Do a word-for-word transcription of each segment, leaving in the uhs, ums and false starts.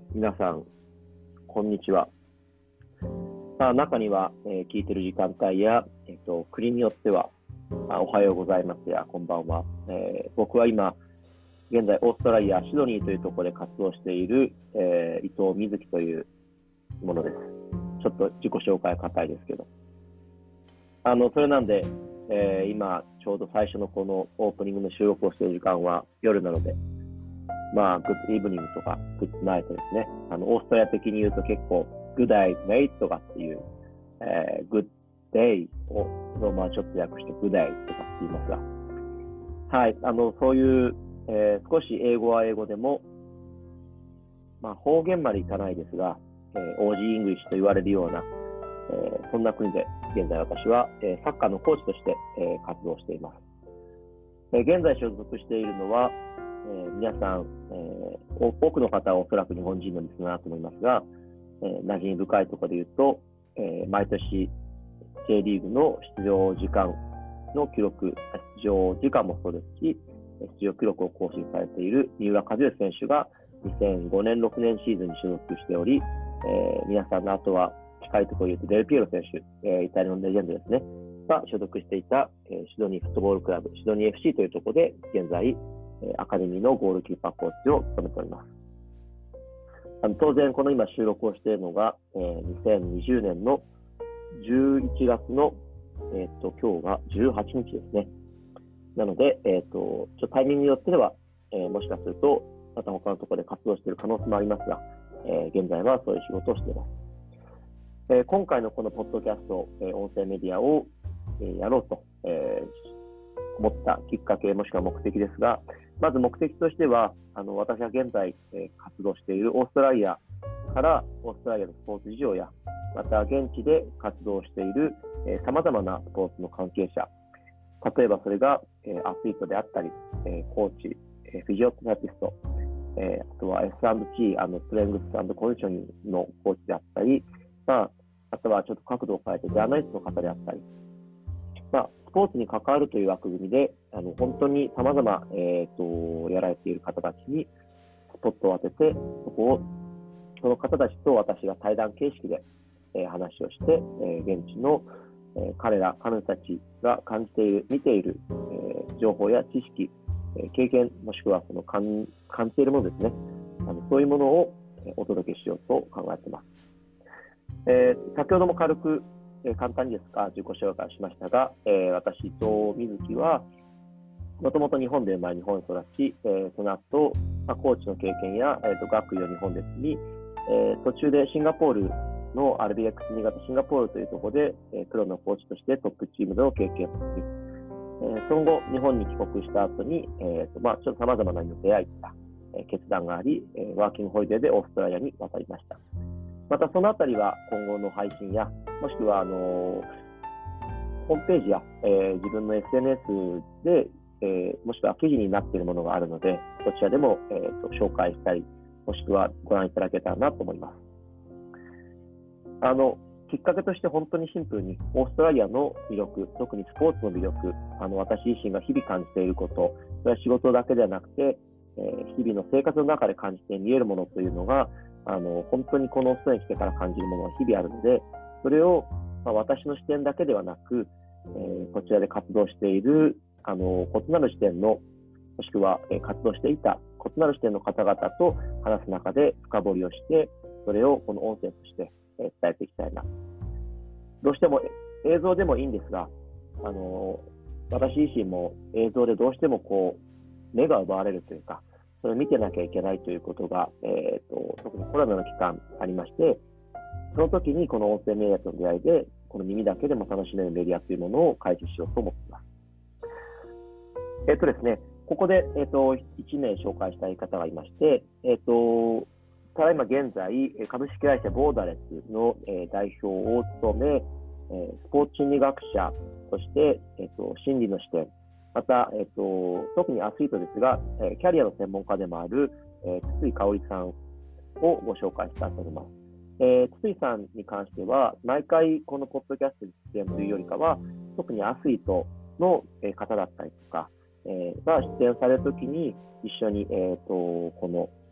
皆さん、こんにちは。まあ、中には、えー聞いている時間帯や、えっと、国によっては、あおはようございますや、こんばんは。えー僕は今、現在、オーストラリア・シドニーというところで活動している、えー伊藤瑞希というものです。ちょっと自己紹介硬いですけど。あの、それなんで、えー今、ちょうど最初のこのオープニングの収録をしている時間は夜なので、まあ、グッドイブニングとか、グッドナイトですね。あの、オーストラリア的に言うと結構、グッダイ、メイとかっていう、えー、グッデイを、まあ、ちょっと訳してグッデイとかって言いますが、はい、あの、そういう、えー少し英語は英語でも、まあ、方言までいかないですが、えー、オージーイングリッシュと言われるような、えーそんな国で、現在私は、えーサッカーのコーチとして、えー活動しています。えー現在所属しているのは、えー皆さん、えーお多くの方はおそらく日本人のリスナーだと思いますが、えー馴染み深いところで言うと、えー毎年 J リーグの出場時間の記録、出場時間もそうですし、出場記録を更新されている三浦知良選手がにせんごねん、ろくねんシーズンに所属しており、えー皆さんの後は近いところで言うとデルピエロ選手、えーイタリアのレジェンドですね、が所属していた、えーシドニーフットボールクラブ、シドニー エフシー というところで現在、えーアカデミーのゴールキーパーコーチを務めております。あの当然、この今収録をしているのが、えーにせんにじゅうねんのじゅういちがつの、えー、と今日がじゅうはちにちですね。なので、えー、とちょっとタイミングによっては、えーもしかするとまた他のところで活動している可能性もありますが、えー現在はそういう仕事をしています。えー今回のこのポッドキャスト、えー音声メディアを、えーやろうと、えー思ったきっかけもしくは目的ですが、まず目的としては、あの私は現在、えー活動しているオーストラリアからオーストラリアのスポーツ事情や、また現地で活動しているさまざまなスポーツの関係者、例えばそれが、えーアスリートであったり、えーコーチ、えーフィジオテラピスト、えーあとは エスアンドティー、あのストレングス&コンディショニングのコーチであったり、まあ、あとはちょっと角度を変えてジャーナリストの方であったり、まあ、スポーツに関わるという枠組みで、あの本当にさまざまやられている方たちにスポットを当てて、そこをその方たちと私が対談形式で、えー話をして、えー現地の、えー彼ら、彼女たちが感じている、見ている、えー情報や知識、えー経験、もしくはその感感じているものですね。あのそういうものをえーお届けしようと考えています。えー先ほども軽く、えー簡単にですが自己紹介をしましたが、えー私、伊藤瑞希は、もともと日本で生まれ日本に育ち、えーその後、まあ、コーチの経験や、えーと学位を日本で積み、えー途中でシンガポールの アールビーエックス 新潟シンガポールというところで、えープロのコーチとしてトップチームでの経験を積み、えーその後、日本に帰国した後に、えーとまあ、ちょっと様々な出会いや、えー決断があり、えーワーキングホリデーでオーストラリアに渡りました。またそのあたりは今後の配信や、もしくはあのーホームページや、えー自分の エスエヌエス で、えーもしくは記事になっているものがあるので、そちらでも、えーと紹介したり、もしくはご覧いただけたらなと思います。あのきっかけとして本当にシンプルにオーストラリアの魅力、特にスポーツの魅力、あの私自身が日々感じていること、それは仕事だけではなくて、えー日々の生活の中で感じて見えるものというのが、あの本当にこのオーストラリアに来てから感じるものが日々あるので、それを、まあ、私の視点だけではなく、えーこちらで活動しているあの異なる視点の、もしくは、えー活動していた異なる視点の方々と話す中で深掘りをして、それをこの音声としてえー伝えていきたいな。どうしても映像でもいいんですが、あの私自身も映像でどうしてもこう目が奪われるというか、それを見てなきゃいけないということが、えーと特にコロナの期間ありまして、その時にこの音声メディアとの出会いで、この耳だけでも楽しめるメディアというものを開示しようと思っています。えっ、とですね、ここで、えー、といち名紹介したい方がいまして、えっ、とただいま現在、株式会社ボーダレスの、えー代表を務め、えースポーツ心理学者として、えー、と心理の視点、また、えー、と特にアスリートですが、えーキャリアの専門家でもある、えー筒井香織さんをご紹介したいと思います。えー、筒井さんに関しては、毎回このポッドキャストに出演というよりかは、特にアスリートの方だったりとか、えーが出演されるときに一緒に、えー、とこの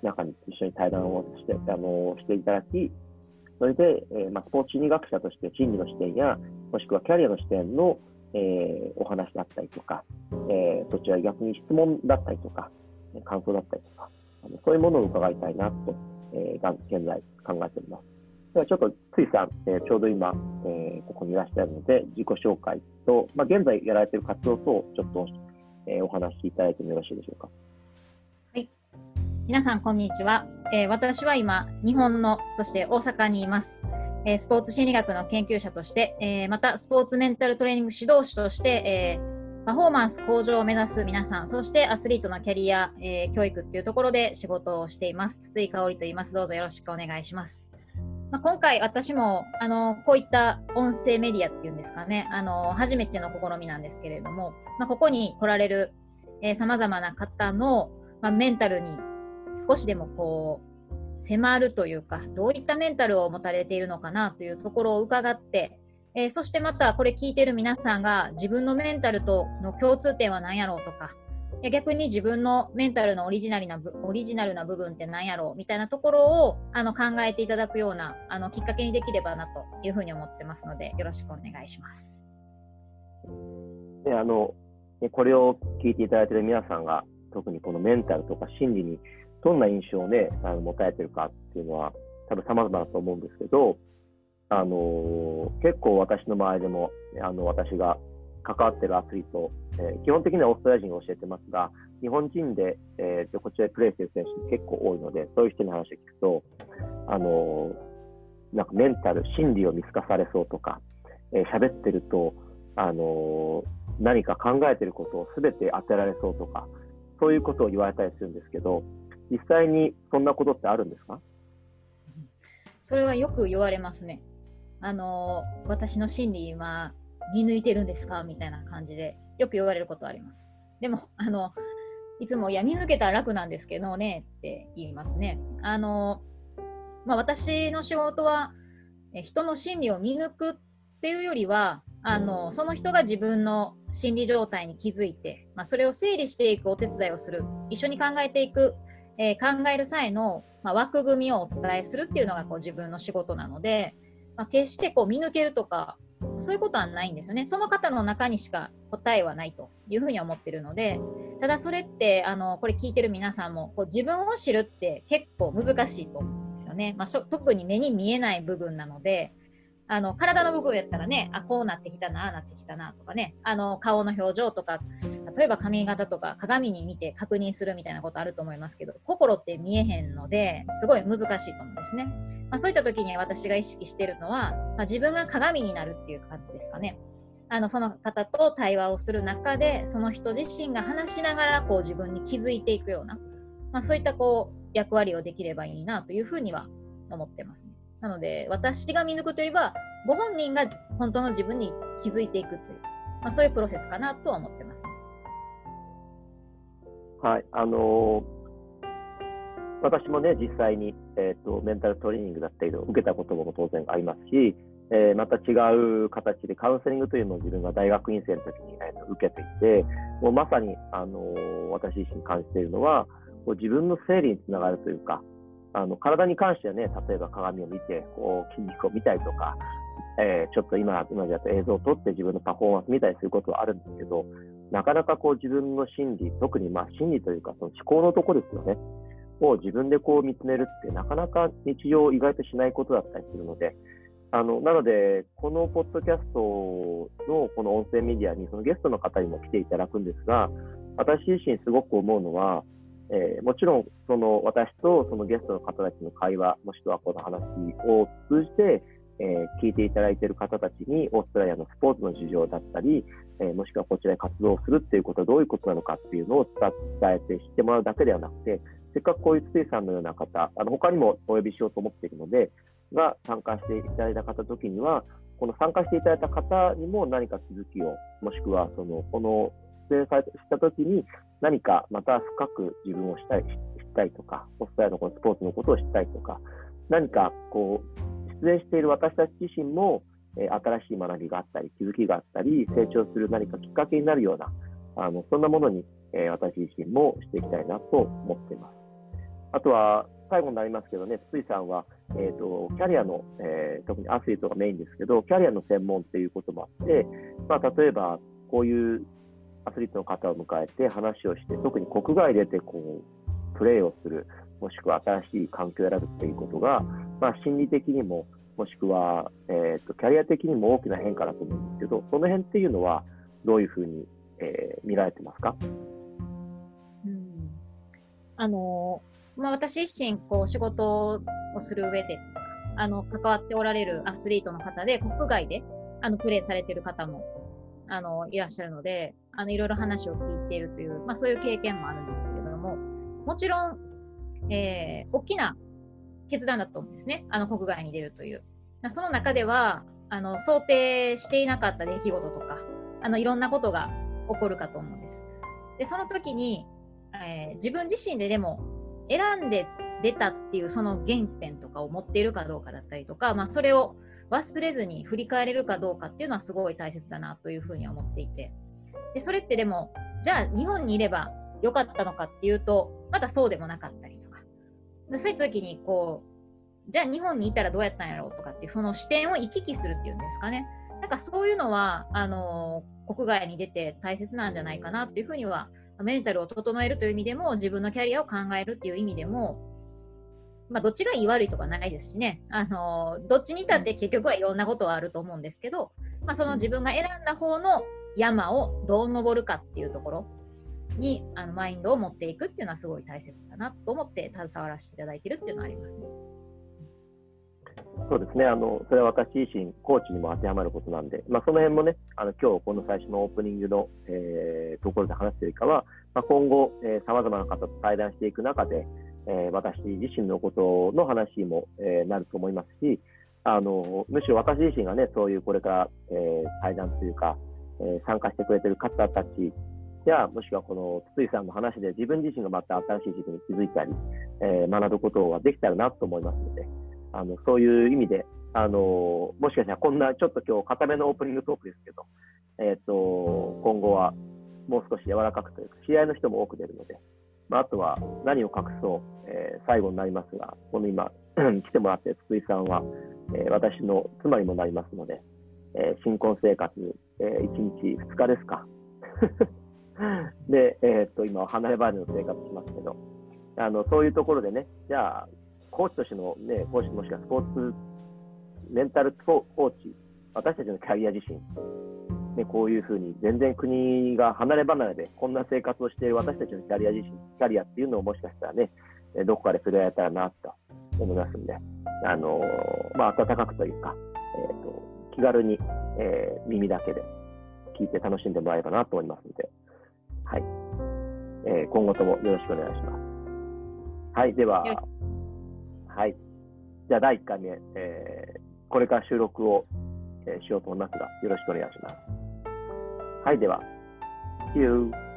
中に一緒に対談をして、あのしていただき、それで、えーまあ、スポーツ心理学者として心理の視点や、もしくはキャリアの視点の、えー、お話だったりとか、えー、そちら逆に質問だったりとか、感想だったりとか、あのそういうものを伺いたいなと、えー、現在考えております。ではちょっとついさん、えー、ちょうど今、えー、ここにいらっしゃるので、自己紹介と、まあ、現在やられている活動とちょっと、えー、お話しいただいてもよろしいでしょうか。 はい、皆さんこんにちは。えー、私は今日本のそして大阪にいます。えー、スポーツ心理学の研究者として、えー、またスポーツメンタルトレーニング指導士として、えー、パフォーマンス向上を目指す皆さん、そしてアスリートのキャリア、えー、教育っていうところで仕事をしています。筒井香織と言います。どうぞよろしくお願いします。まあ、今回私もあのこういった音声メディアっていうんですかね、あの初めての試みなんですけれども、まあ、ここに来られるさまざまな方の、まあ、メンタルに少しでもこう迫るというか、どういったメンタルを持たれているのかなというところを伺って、えー、そしてまたこれ聞いている皆さんが自分のメンタルとの共通点は何やろうとか、逆に自分のメンタルのオリジナルなオリジナルな部分って何やろうみたいなところをあの考えていただくようなあのきっかけにできればなというふうに思ってますので、よろしくお願いします。 で、あのこれを聞いていただいている皆さんが特にこのメンタルとか心理にどんな印象をね、あの持たれているかっていうのは多分様々だと思うんですけど、あの結構私の周りでもあの私が関わっているアスリート、えー、基本的にはオーストラリア人が教えてますが、日本人で、えー、こちらでプレーしている選手結構多いので、そういう人に話を聞くと、あのなんかメンタル、心理を見透かされそうとか、えー、喋ってると、あの何か考えていることを全て当てられそうとか、そういうことを言われたりするんですけど、実際にそんなことってあるんですか？ それはよく言われますね。あの私の心理は見抜いてるんですかみたいな感じでよく言われることはあります。でもあのいつもいや見抜けたら楽なんですけどねって言いますね。あの、まあ、私の仕事は人の心理を見抜くっていうよりは、あのその人が自分の心理状態に気づいて、まあ、それを整理していくお手伝いをする、一緒に考えていく、えー、考える際の、まあ、枠組みをお伝えするっていうのがこう自分の仕事なので、まあ、決してこう見抜けるとかそういうことはないんですよね。その方の中にしか答えはないというふうに思ってるので、ただそれってあのこれ聞いてる皆さんもこう自分を知るって結構難しいと思うんですよね。まあ、特に目に見えない部分なので、あの体の部分やったらね、あこうなってきたな、ああなってきたなとかね、あの顔の表情とか、例えば髪型とか鏡に見て確認するみたいなことあると思いますけど、心って見えへんのですごい難しいと思うんですね。まあ、そういった時に私が意識しているのは、まあ、自分が鏡になるっていう感じですかね。あのその方と対話をする中で、その人自身が話しながらこう自分に気づいていくような、まあ、そういったこう役割をできればいいなというふうには思ってますね。なので私が見抜くというよりはご本人が本当の自分に気づいていくという、まあ、そういうプロセスかなとは思ってますね。 はい、あのー、私もね実際に、えーと、メンタルトレーニングだったりを受けたことも当然ありますし、えー、また違う形でカウンセリングというのを自分が大学院生の時に、えー、と受けていて、もうまさに、あのー、私自身感じているのはこう自分の整理につながるというか、あの体に関してはね、例えば鏡を見てこう筋肉を見たりとか、えー、ちょっと今今だと映像を撮って自分のパフォーマンス見たりすることはあるんですけど、なかなかこう自分の心理、特にまあ心理というかその思考のところですよね、を自分でこう見つめるってなかなか日常意外としないことだったりするので、あのなのでこのポッドキャストのこの音声メディアにそのゲストの方にも来ていただくんですが、私自身すごく思うのは、えー、もちろんその私とそのゲストの方たちの会話、もしくはこの話を通じて、えー、聞いていただいている方たちにオーストラリアのスポーツの事情だったり、えー、もしくはこちらで活動するっていうことはどういうことなのかっていうのを伝えて知ってもらうだけではなくて、せっかくこういう筒井さんのような方、あの他にもお呼びしようと思っているのでが参加していただいた方時には、この参加していただいた方にも何か気づきを、もしくはそのこの出演された時に何かまた深く自分を知ったり、知ったりとか、オーストラリアのこのスポーツのことを知ったりとか、何かこう出演している私たち自身も、えー、新しい学びがあったり、気づきがあったり、成長する何かきっかけになるような、あのそんなものに、えー、私自身もしていきたいなと思っています。 あとは最後になりますけどね、筒井さんは、えーと、キャリアの、えー、特にアスリートがメインですけど、キャリアの専門っていうこともあって、まあ、例えばこういうアスリートの方を迎えて話をして、特に国外出てこうプレーをする、もしくは新しい環境を選ぶっていうことが、まあ、心理的にも、もしくは、えーと、キャリア的にも大きな変化だと思うんですけど、その辺っていうのはどういうふうに、えー、見られてますか？ うん、あのまあ、私自身こう仕事をする上であの関わっておられるアスリートの方で、国外であのプレーされている方もあのいらっしゃるので、あのいろいろ話を聞いているという、まあ、そういう経験もあるんですけれども、もちろん、えー、大きな決断だと思うんですね、あの国外に出るという。その中ではあの想定していなかった出来事とか、あのいろんなことが起こるかと思うんです。でその時に、えー、自分自身ででも選んで出たっていうその原点とかを持っているかどうかだったりとか、まあ、それを忘れずに振り返れるかどうかっていうのはすごい大切だなというふうに思っていて、でそれってでもじゃあ日本にいればよかったのかっていうと、またそうでもなかったりとか、でそういった時にこうじゃあ日本にいたらどうやったんやろうとかっていうその視点を行き来するっていうんですかね、なんかそういうのはあの国外に出て大切なんじゃないかなっていうふうには、メンタルを整えるという意味でも、自分のキャリアを考えるっていう意味でも、まあ、どっちがいい悪いとかないですしね、あのどっちにいたって結局はいろんなことはあると思うんですけど、まあ、その自分が選んだ方の山をどう登るかっていうところにあのマインドを持っていくっていうのはすごい大切だなと思って携わらせていただいているっていうのはありますね。 そうですね、あのそれは私自身コーチにも当てはまることなんで、まあ、その辺もね、あの今日この最初のオープニングの、えー、ところで話しているかは、まあ、今後さまざまな方と対談していく中で、えー、私自身のことの話にも、えー、なると思いますし、あのむしろ私自身がね、そういうこれから、えー、対談というか、えー、参加してくれている方たちや、もしくはこの筒井さんの話で自分自身がまた新しい自分に気づいたり、えー、学ぶことができたらなと思いますので、あのそういう意味で、あのもしかしたらこんなちょっと今日固めのオープニングトークですけど、えー、と今後はもう少し柔らかくというか、知り合いの人も多く出るので、まあ、あとは何を隠そう、えー、最後になりますが、この今来てもらっている筒井さんは、えー、私の妻にもなりますので、えー、新婚生活、えー、いちにちふつかですかで、えー、と今は離れ離れの生活しますけど、あのそういうところでね、じゃあコーチとしての、ね、コーチもしくはスポーツメンタルコーチ、私たちのキャリア自身、ね、こういうふうに全然国が離れ離れでこんな生活をしている私たちのキャリア自身、キャリアっていうのをもしかしたらね、どこかで触れられたらなと思いますので、あのまあ、温かくというか、えー、と気軽に、えー、耳だけで聞いて楽しんでもらえればなと思いますので、はい、えー、今後ともよろしくお願いします。はい、では、はい、じゃあだいいっかいめ、えー、これから収録を、えー、しようと思いますが、よろしくお願いします。はい、では、See you!